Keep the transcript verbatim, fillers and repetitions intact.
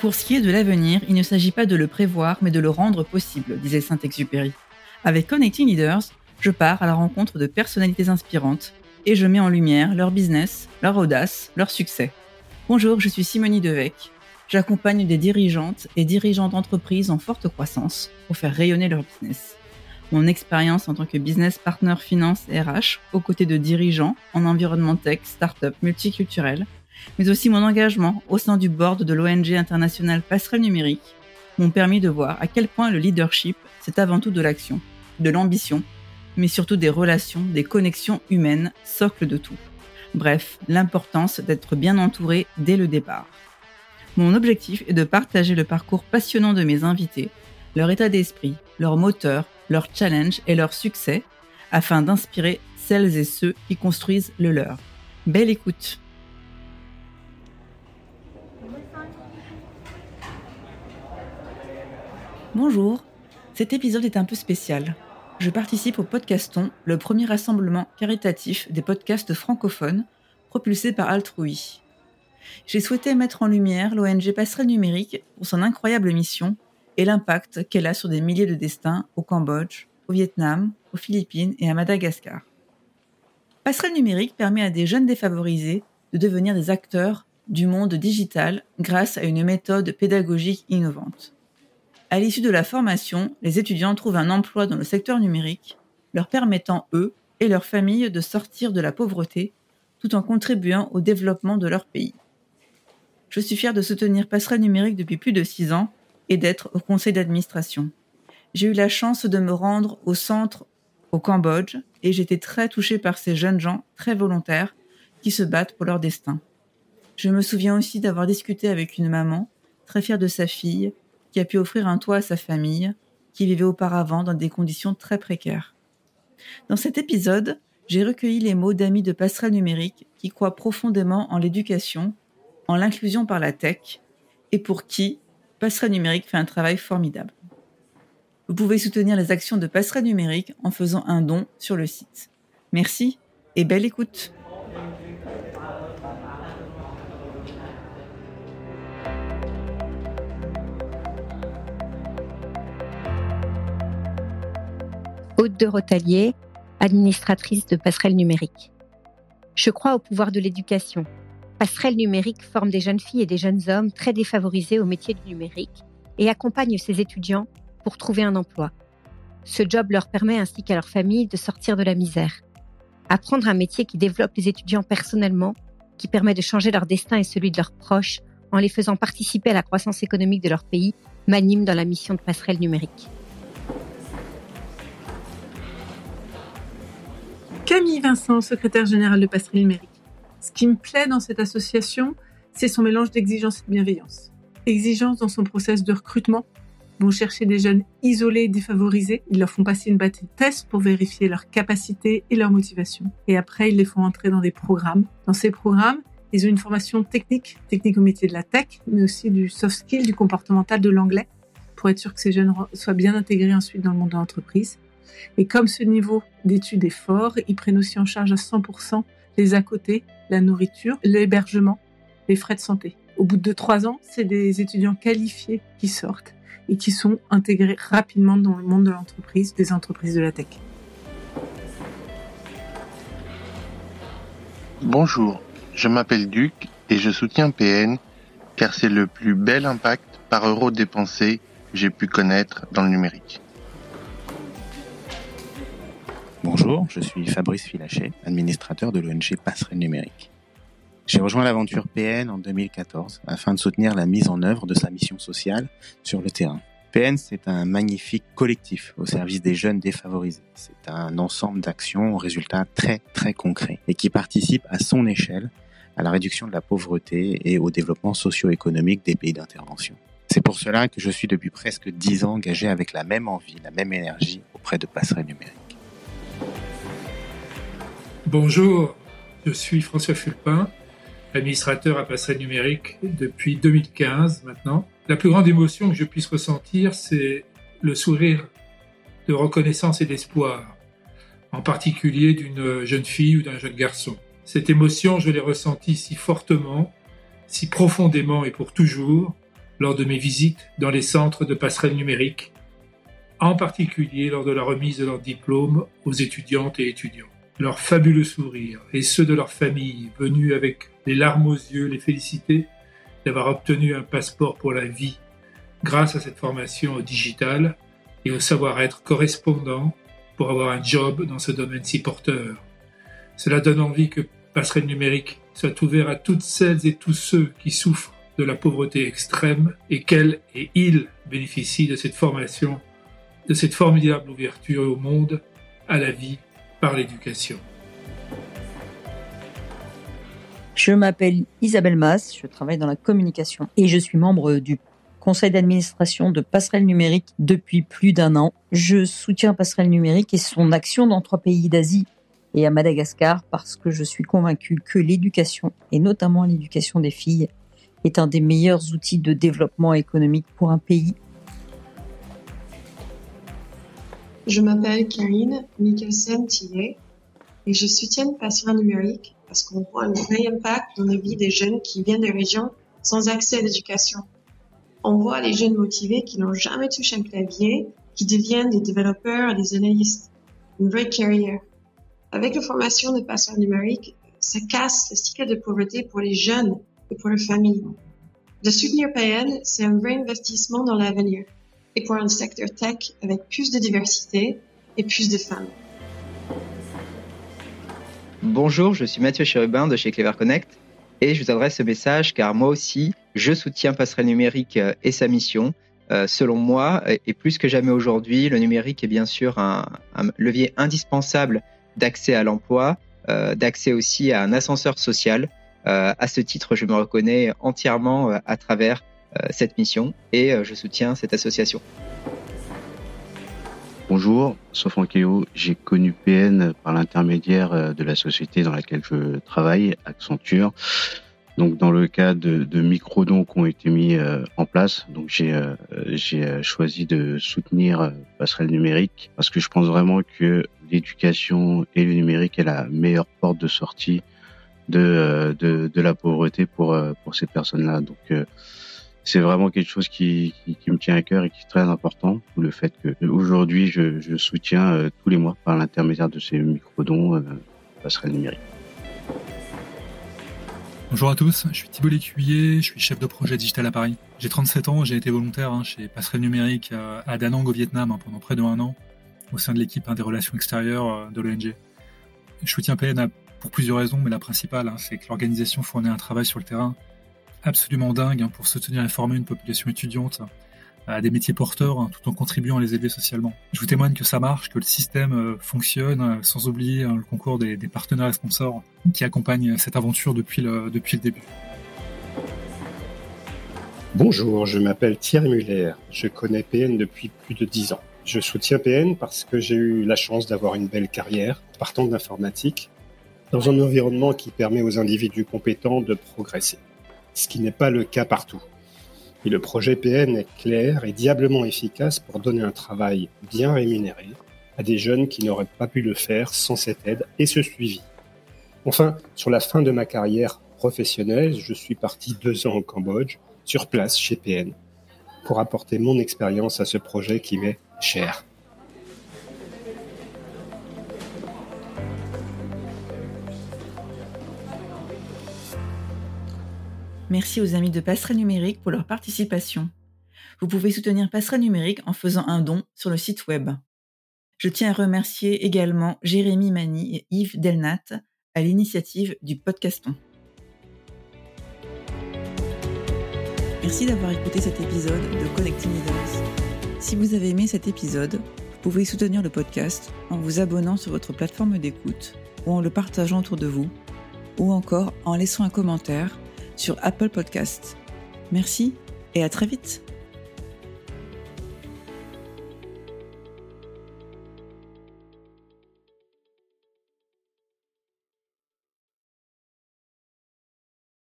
Pour ce qui est de l'avenir, il ne s'agit pas de le prévoir, mais de le rendre possible, disait Saint-Exupéry. Avec Connecting Leaders, je pars à la rencontre de personnalités inspirantes et je mets en lumière leur business, leur audace, leur succès. Bonjour, je suis Simonie Devecq. J'accompagne des dirigeantes et dirigeants d'entreprises en forte croissance pour faire rayonner leur business. Mon expérience en tant que business partner finance et R H, aux côtés de dirigeants en environnement tech, start-up, multiculturel, mais aussi mon engagement au sein du board de l'O N G internationale Passerelle Numérique, m'ont permis de voir à quel point le leadership, c'est avant tout de l'action, de l'ambition, mais surtout des relations, des connexions humaines, socle de tout. Bref, l'importance d'être bien entouré dès le départ. Mon objectif est de partager le parcours passionnant de mes invités, leur état d'esprit, leur moteur, leur challenge et leur succès, afin d'inspirer celles et ceux qui construisent le leur. Belle écoute! Bonjour, cet épisode est un peu spécial. Je participe au Podcaston, le premier rassemblement caritatif des podcasts francophones propulsé par Altrui. J'ai souhaité mettre en lumière l'O N G Passerelle Numérique pour son incroyable mission et l'impact qu'elle a sur des milliers de destins au Cambodge, au Vietnam, aux Philippines et à Madagascar. Passerelle Numérique permet à des jeunes défavorisés de devenir des acteurs du monde digital grâce à une méthode pédagogique innovante. À l'issue de la formation, les étudiants trouvent un emploi dans le secteur numérique, leur permettant, eux et leurs familles, de sortir de la pauvreté tout en contribuant au développement de leur pays. Je suis fière de soutenir Passerelle Numérique depuis plus de six ans et d'être au conseil d'administration. J'ai eu la chance de me rendre au centre au Cambodge et j'étais très touchée par ces jeunes gens très volontaires qui se battent pour leur destin. Je me souviens aussi d'avoir discuté avec une maman très fière de sa fille qui a pu offrir un toit à sa famille qui vivait auparavant dans des conditions très précaires. Dans cet épisode, j'ai recueilli les mots d'amis de Passerelle Numérique qui croient profondément en l'éducation, en l'inclusion par la tech, et pour qui Passerelle Numérique fait un travail formidable. Vous pouvez soutenir les actions de Passerelle Numérique en faisant un don sur le site. Merci et belle écoute. Aude de Rotalier, administratrice de Passerelle Numérique. Je crois au pouvoir de l'éducation. Passerelle Numérique forme des jeunes filles et des jeunes hommes très défavorisés au métier du numérique et accompagne ses étudiants pour trouver un emploi. Ce job leur permet ainsi qu'à leur famille de sortir de la misère. Apprendre un métier qui développe les étudiants personnellement, qui permet de changer leur destin et celui de leurs proches en les faisant participer à la croissance économique de leur pays, m'anime dans la mission de Passerelle Numérique. Camille Vincent, secrétaire générale de Passerelle Numérique. Ce qui me plaît dans cette association, c'est son mélange d'exigence et de bienveillance. Exigence dans son process de recrutement. Ils vont chercher des jeunes isolés et défavorisés. Ils leur font passer une batterie de tests pour vérifier leurs capacités et leur motivation. Et après, ils les font entrer dans des programmes. Dans ces programmes, ils ont une formation technique, technique au métier de la tech, mais aussi du soft skill, du comportemental, de l'anglais, pour être sûr que ces jeunes soient bien intégrés ensuite dans le monde de l'entreprise. Et comme ce niveau d'études est fort, ils prennent aussi en charge à cent pour cent les à côté, la nourriture, l'hébergement, les frais de santé. Au bout de trois ans, c'est des étudiants qualifiés qui sortent et qui sont intégrés rapidement dans le monde de l'entreprise, des entreprises de la tech. Bonjour, je m'appelle Duc et je soutiens P N car c'est le plus bel impact par euro dépensé que j'ai pu connaître dans le numérique. Bonjour, je suis Fabrice Filachet, administrateur de l'O N G Passerelle Numérique. J'ai rejoint l'aventure P N en deux mille quatorze afin de soutenir la mise en œuvre de sa mission sociale sur le terrain. P N, c'est un magnifique collectif au service des jeunes défavorisés. C'est un ensemble d'actions aux résultats très très concrets et qui participe à son échelle à la réduction de la pauvreté et au développement socio-économique des pays d'intervention. C'est pour cela que je suis depuis presque dix ans engagé avec la même envie, la même énergie auprès de Passerelle Numérique. Bonjour, je suis François Fulpin, administrateur à Passerelle Numérique depuis deux mille quinze maintenant. La plus grande émotion que je puisse ressentir, c'est le sourire de reconnaissance et d'espoir, en particulier d'une jeune fille ou d'un jeune garçon. Cette émotion, je l'ai ressentie si fortement, si profondément et pour toujours, lors de mes visites dans les centres de passerelle numérique, en particulier lors de la remise de leur diplôme aux étudiantes et étudiants. Leurs fabuleux sourires et ceux de leurs familles venus avec les larmes aux yeux les féliciter d'avoir obtenu un passeport pour la vie grâce à cette formation au digital et au savoir-être correspondant pour avoir un job dans ce domaine si porteur. Cela donne envie que Passerelle Numérique soit ouvert à toutes celles et tous ceux qui souffrent de la pauvreté extrême et qu'elles et ils bénéficient de cette formation, de cette formidable ouverture au monde, à la vie, par l'éducation. Je m'appelle Isabelle Mas, je travaille dans la communication et je suis membre du conseil d'administration de Passerelle Numérique depuis plus d'un an. Je soutiens Passerelle Numérique et son action dans trois pays d'Asie et à Madagascar parce que je suis convaincue que l'éducation, et notamment l'éducation des filles, est un des meilleurs outils de développement économique pour un pays. Je m'appelle Karine Mikkelsen-Tillet et je soutiens Passerelle Numérique parce qu'on voit un vrai impact dans la vie des jeunes qui viennent de régions sans accès à l'éducation. On voit les jeunes motivés qui n'ont jamais touché un clavier, qui deviennent des développeurs et des analystes. Une vraie carrière. Avec la formation de Passerelle Numérique, ça casse le cycle de pauvreté pour les jeunes et pour les familles. De soutenir P N, c'est un vrai investissement dans l'avenir et pour un secteur tech avec plus de diversité et plus de femmes. Bonjour, je suis Mathieu Chérubin de chez Clever Connect et je vous adresse ce message car moi aussi, je soutiens Passerelle Numérique et sa mission. Euh, selon moi, et plus que jamais aujourd'hui, le numérique est bien sûr un, un levier indispensable d'accès à l'emploi, euh, d'accès aussi à un ascenseur social. Euh, à ce titre, je me reconnais entièrement euh, à travers euh, cette mission et euh, je soutiens cette association. Bonjour, Sofran Keo, j'ai connu P N par l'intermédiaire de la société dans laquelle je travaille, Accenture. Donc dans le cas de, de micro-dons qui ont été mis euh, en place, donc j'ai euh, j'ai choisi de soutenir euh, Passerelle Numérique parce que je pense vraiment que l'éducation et le numérique est la meilleure porte de sortie de euh, de, de la pauvreté pour euh, pour ces personnes-là. Donc euh, c'est vraiment quelque chose qui, qui qui me tient à cœur et qui est très important. Le fait que aujourd'hui je, je soutiens euh, tous les mois par l'intermédiaire de ces micro-dons euh, Passerelle Numérique. Bonjour à tous, je suis Thibault Lécuyer, je suis chef de projet digital à Paris. J'ai trente-sept ans, j'ai été volontaire hein, chez Passerelle Numérique à Da Nang au Vietnam hein, pendant près de un an, au sein de l'équipe hein, des relations extérieures de l'O N G. Je soutiens P N pour plusieurs raisons, mais la principale, hein, c'est que l'organisation fournit un travail sur le terrain absolument dingue hein, pour soutenir et former une population étudiante à des métiers porteurs, hein, tout en contribuant à les aider socialement. Je vous témoigne que ça marche, que le système euh, fonctionne, euh, sans oublier hein, le concours des, des partenaires et sponsors qui accompagnent cette aventure depuis le, depuis le début. Bonjour, je m'appelle Thierry Muller, je connais P N depuis plus de dix ans. Je soutiens P N parce que j'ai eu la chance d'avoir une belle carrière, partant de l'informatique, dans un environnement qui permet aux individus compétents de progresser, ce qui n'est pas le cas partout. Et le projet P N est clair et diablement efficace pour donner un travail bien rémunéré à des jeunes qui n'auraient pas pu le faire sans cette aide et ce suivi. Enfin, sur la fin de ma carrière professionnelle, je suis parti deux ans au Cambodge, sur place chez P N, pour apporter mon expérience à ce projet qui m'est cher. Merci aux amis de Passerelle Numérique pour leur participation. Vous pouvez soutenir Passerelle Numérique en faisant un don sur le site web. Je tiens à remercier également Jérémy Mani et Yves Delnat à l'initiative du Podcaston. Merci d'avoir écouté cet épisode de Connecting Leaders. Si vous avez aimé cet épisode, vous pouvez soutenir le podcast en vous abonnant sur votre plateforme d'écoute ou en le partageant autour de vous, ou encore en laissant un commentaire sur Apple Podcasts. Merci et à très vite.